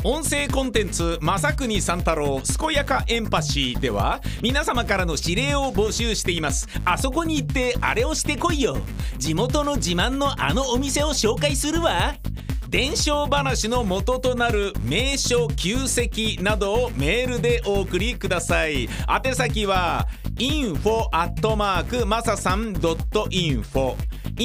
音声コンテンツ正国三太郎健やかエンパシーでは皆様からの指令を募集しています。あそこに行ってあれをしてこいよ。地元の自慢のあのお店を紹介するわ。伝承話の元となる名所旧跡などをメールでお送りください。宛先は info@masasan.info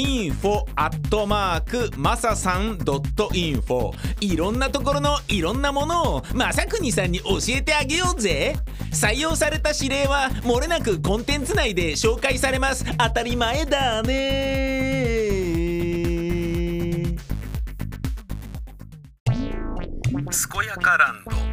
info@masasan.info いろんなところのいろんなものを正国さんに教えてあげようぜ。採用された指令は漏れなくコンテンツ内で紹介されます。当たり前だね。 健やかランド。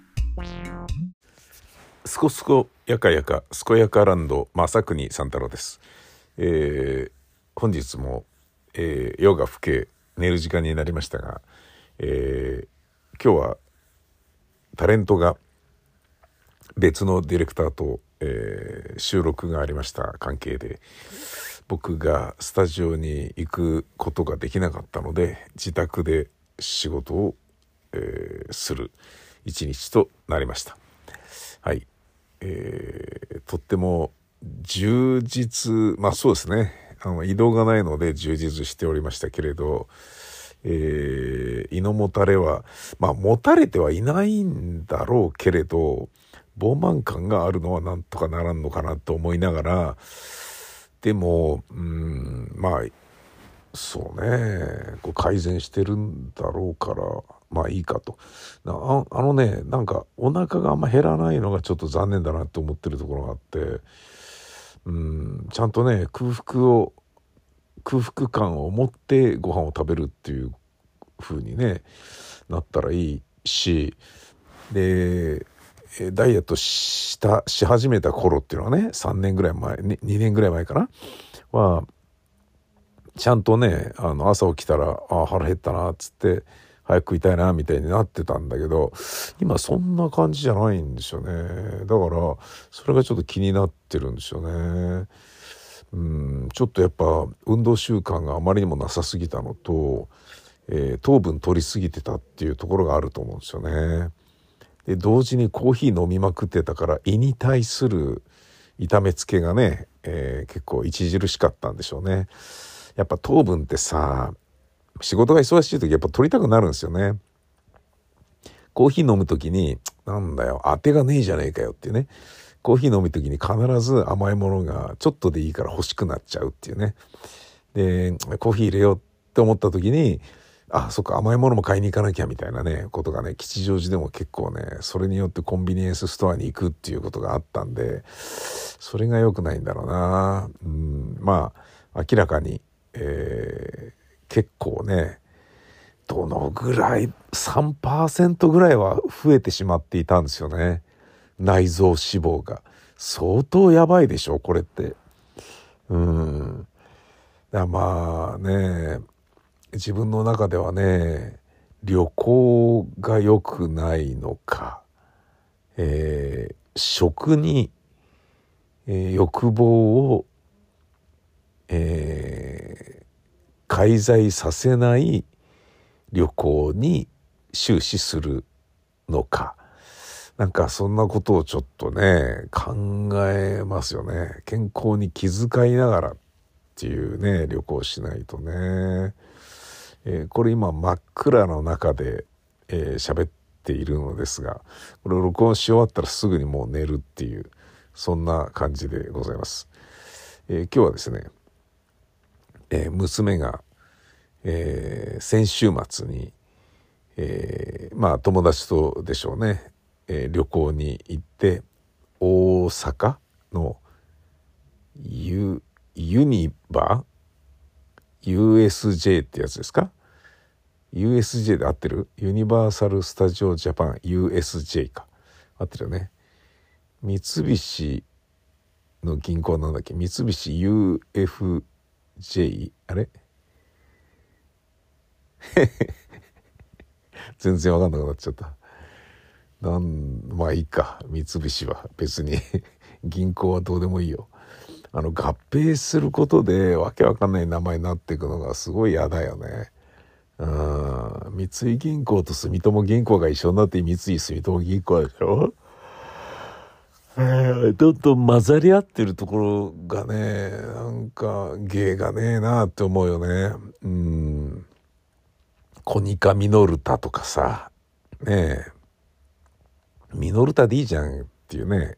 すこすこやかやか健やかランド正国三太郎です。本日も、夜が更け寝る時間になりましたが、今日はタレントが別のディレクターと、収録がありました関係で僕がスタジオに行くことができなかったので自宅で仕事を、する一日となりました。はい、とっても充実、そうですね、移動がないので充実しておりましたけれど、胃のもたれはもたれてはいないんだろうけれど膨満感があるのはなんとかならんのかなと思いながら、でもそうね、改善してるんだろうからいいかと。なんかお腹があんま減らないのがちょっと残念だなと思ってるところがあって、ちゃんとね空腹感を持ってご飯を食べるっていう風にねなったらいいし、でダイエットし始めた頃っていうのはね3年ぐらい前、2年ぐらい前かなはちゃんとね朝起きたら腹減ったなっつって早く食いたいなみたいになってたんだけど、今そんな感じじゃないんですよね。だからそれがちょっと気になってるんですよね。ちょっとやっぱ運動習慣があまりにもなさすぎたのと、糖分取りすぎてたっていうところがあると思うんですよね。で同時にコーヒー飲みまくってたから胃に対する痛めつけがね、結構著しかったんでしょうね。やっぱ糖分ってさ、仕事が忙しい時やっぱ取りたくなるんですよね。コーヒー飲む時になんだよ当てがねえじゃねえかよっていうね、コーヒー飲む時に必ず甘いものがちょっとでいいから欲しくなっちゃうっていうね。でコーヒー入れようって思った時にそっか甘いものも買いに行かなきゃみたいなねことがね、吉祥寺でも結構ねそれによってコンビニエンスストアに行くっていうことがあったんで、それが良くないんだろうな。明らかに、結構ねどのぐらい 3% ぐらいは増えてしまっていたんですよね。内臓脂肪が相当やばいでしょこれって。自分の中ではね旅行が良くないのか、食に、欲望を、介在させない旅行に終始するのか、なんかそんなことをちょっとね考えますよね。健康に気遣いながらっていうね旅行しないとね。これ今真っ暗の中で喋っているのですが、これを録音し終わったらすぐにもう寝るっていうそんな感じでございます。今日はですね、娘が、先週末に、友達とでしょうね、旅行に行って大阪のユニバ USJ ってやつですか？ USJ で合ってる？ユニバーサル・スタジオ・ジャパン USJ か合ってるよね。三菱の銀行なんだっけ？三菱 UFJ あれ全然わかんなくなっちゃった。いいか、三菱は別に銀行はどうでもいいよ。合併することでわけわかんない名前になっていくのがすごい嫌だよね。 三井銀行と住友銀行が一緒になって三井住友銀行でしょ。どんどん混ざり合ってるところがね、なんか芸がねえなって思うよね。コニカミノルタとかさ、ねえ、ミノルタでいいじゃんっていうね、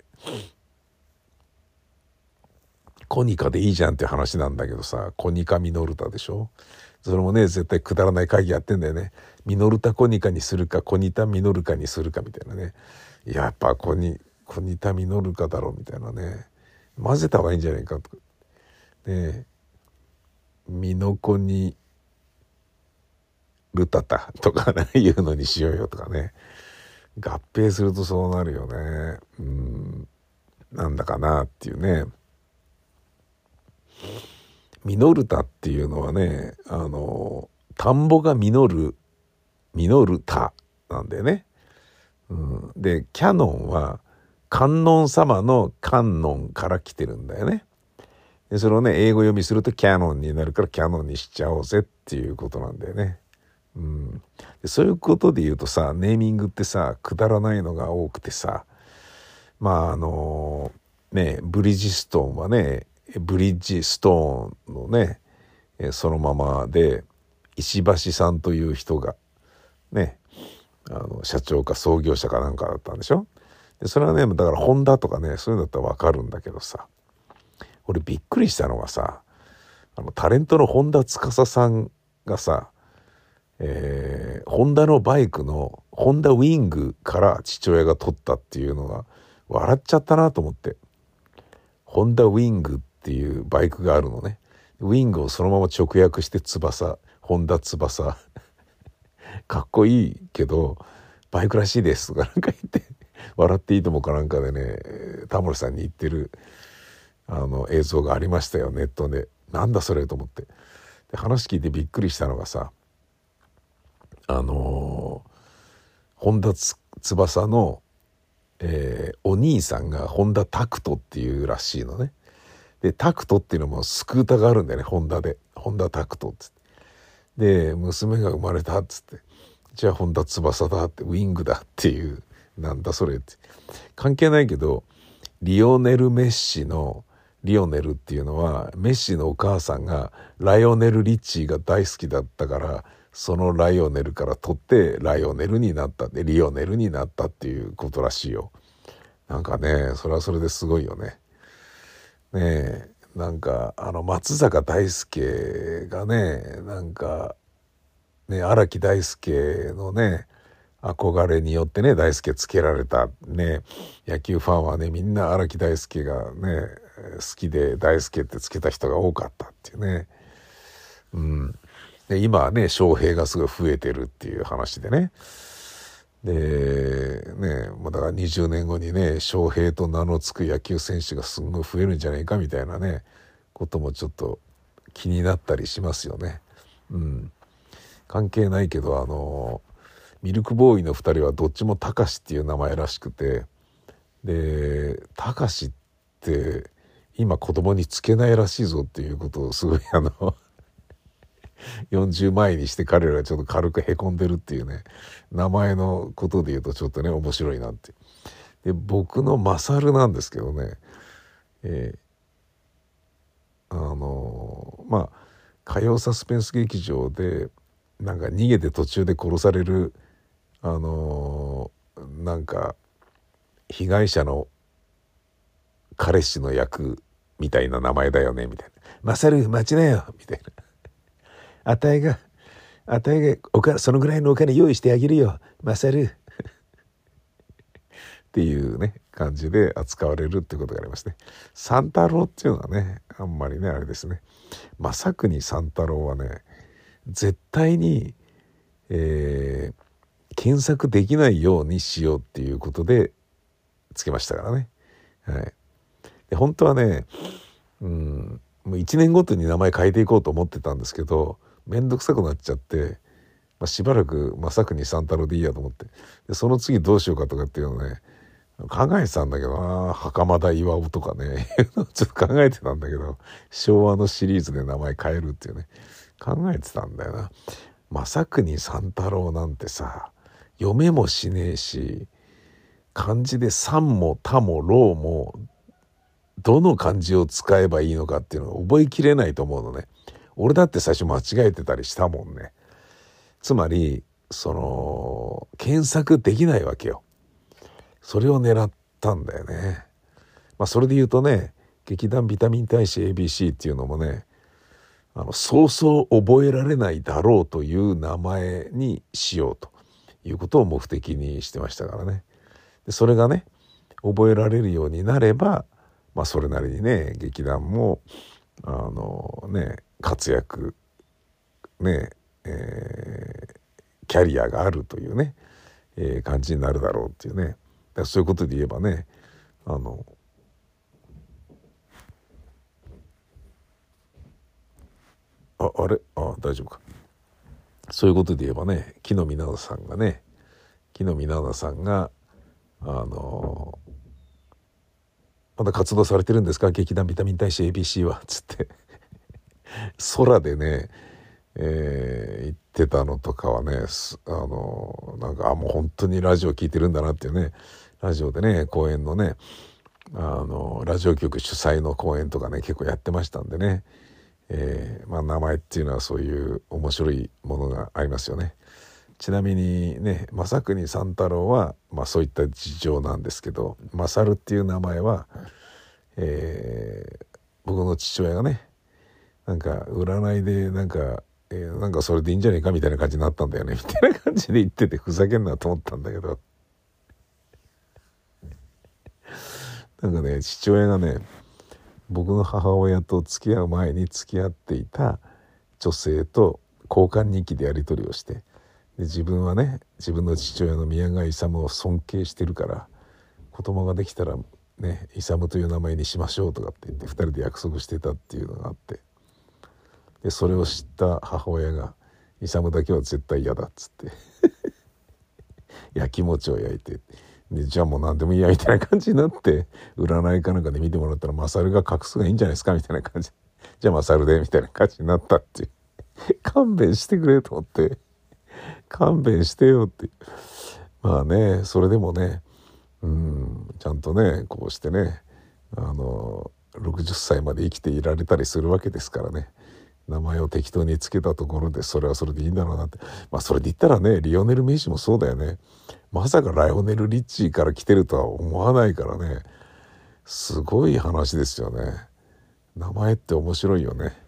コニカでいいじゃんっていう話なんだけどさ、コニカミノルタでしょ。それもね、絶対くだらない会議やってんだよね。ミノルタコニカにするか、コニタミノルカにするかみたいなね。やっぱコニタミノルカだろみたいなね。混ぜた方がいいんじゃないかと。ね、ミノコニルタタとかね、いうのにしようよとかね。合併するとそうなるよね。なんだかなっていうね。ミノルタっていうのはね、田んぼが実る田なんだよね。で、キャノンは観音様の観音から来てるんだよね。で、それをね、英語読みするとキャノンになるからキャノンにしちゃおうぜっていうことなんだよね。で、そういうことで言うとさ、ネーミングってさ、くだらないのが多くてさ、ブリヂストンはね、ブリッジストーンのね、そのままで石橋さんという人がね、社長か創業者かなんかだったんでしょ。でそれはね、だからホンダとかね、そういうのだったらわかるんだけどさ、俺びっくりしたのがさ、タレントの本田司さんがさ、ホンダのバイクのホンダウィングから父親が取ったっていうのが笑っちゃったなと思って。ホンダウィングっていうバイクがあるのね。ウィングをそのまま直訳して翼、ホンダ翼かっこいいけどバイクらしいですとかなんか言って笑っていいともかなんかでね、タモリさんに言ってる映像がありましたよ、ネットで。なんだそれと思って。で話聞いてびっくりしたのがさ、ホンダ翼の、お兄さんがホンダタクトっていうらしいのね。でタクトっていうのもスクーターがあるんだよね、ホンダで。ホンダタクトっつって。で娘が生まれたっつって、じゃあホンダ翼だって、ウィングだっていう、なんだそれって。関係ないけど、リオネルっていうのはメッシのお母さんがライオネル・リッチーが大好きだったから、そのライオネルから取ってライオネルになったで、リオネルになったっていうことらしいよ。なんかね、それはそれですごいよね。ねえ、なんか松坂大輔がね、なんかね、荒木大輔のね憧れによってね、大輔つけられたね、野球ファンはね、みんな荒木大輔がね好きで大輔ってつけた人が多かったっていうね。で今はね、翔平がすごい増えてるっていう話でね。でね、もうだから20年後にね、翔平と名の付く野球選手がすんごい増えるんじゃないかみたいなねこともちょっと気になったりしますよね。関係ないけどミルクボーイの2人はどっちもたかしっていう名前らしくて、でたかしって今子供につけないらしいぞっていうことをすごい40前にして彼らがちょっと軽くへこんでるっていうね、名前のことで言うとちょっとね面白いなって。で僕のマサルなんですけどね、火曜サスペンス劇場でなんか逃げて途中で殺されるなんか被害者の彼氏の役みたいな名前だよねみたいな。マサル待ちなよみたいな。あたいがそのぐらいのお金用意してあげるよマサルっていうね感じで扱われるってことがありますね。三太郎っていうのはね、あんまりねあれですね。正国三太郎はね絶対に、検索できないようにしようっていうことでつけましたからね。はい。で本当はね、もう1年ごとに名前変えていこうと思ってたんですけど、めんどくさくなっちゃって、しばらく正国三太郎でいいやと思って、でその次どうしようかとかっていうのね考えてたんだけどな、袴田巌とかねちょっと考えてたんだけど、昭和のシリーズで名前変えるっていうね考えてたんだよな。 正国三太郎なんてさ、読めもしねえし、漢字で三も多も老もどの漢字を使えばいいのかっていうのを覚えきれないと思うのね。俺だって最初間違えてたりしたもんね。つまり検索できないわけよ。それを狙ったんだよね。それで言うとね、劇団ビタミン大使 ABC っていうのもね、そうそう覚えられないだろうという名前にしようということを目的にしてましたからね。でそれがね覚えられるようになれば、それなりにね劇団も活躍ね、キャリアがあるというね、感じになるだろうっていうね。だからそういうことで言えばね、あれ大丈夫か。そういうことで言えばね、木の実奈々さんがまだ活動されてるんですか、劇団ビタミン大使 ABC はつって空でね、言ってたのとかはね、なんかもう本当にラジオ聞いてるんだなっていうね。ラジオでね公演のねラジオ局主催の公演とかね結構やってましたんでね、名前っていうのはそういう面白いものがありますよね。ちなみにね正国三太郎は、そういった事情なんですけど、勝っていう名前は、僕の父親がねなんか占いでなんかそれでいいんじゃねえかみたいな感じになったんだよねみたいな感じで言ってて、ふざけんなと思ったんだけどなんかね父親がね僕の母親と付き合う前に付き合っていた女性と交換日記でやり取りをして、で自分はね自分の父親の宮川勇を尊敬してるから子供ができたらね勇という名前にしましょうとかって言って2人で約束してたっていうのがあって、でそれを知った母親が勇だけは絶対嫌だっつって焼き餅を焼いて、でじゃあもう何でもいいやみたいな感じになって、占いかなんかで見てもらったら勝が画数がいいんじゃないですかみたいな感じ、じゃあ勝でみたいな感じになったっていう勘弁してくれと思って、勘弁してよって。それでもねちゃんとねこうしてね60歳まで生きていられたりするわけですからね、名前を適当につけたところでそれはそれでいいんだろうなって。それで言ったらねリオネル・メッシもそうだよね。まさかライオネル・リッチーから来てるとは思わないからね、すごい話ですよね。名前って面白いよね。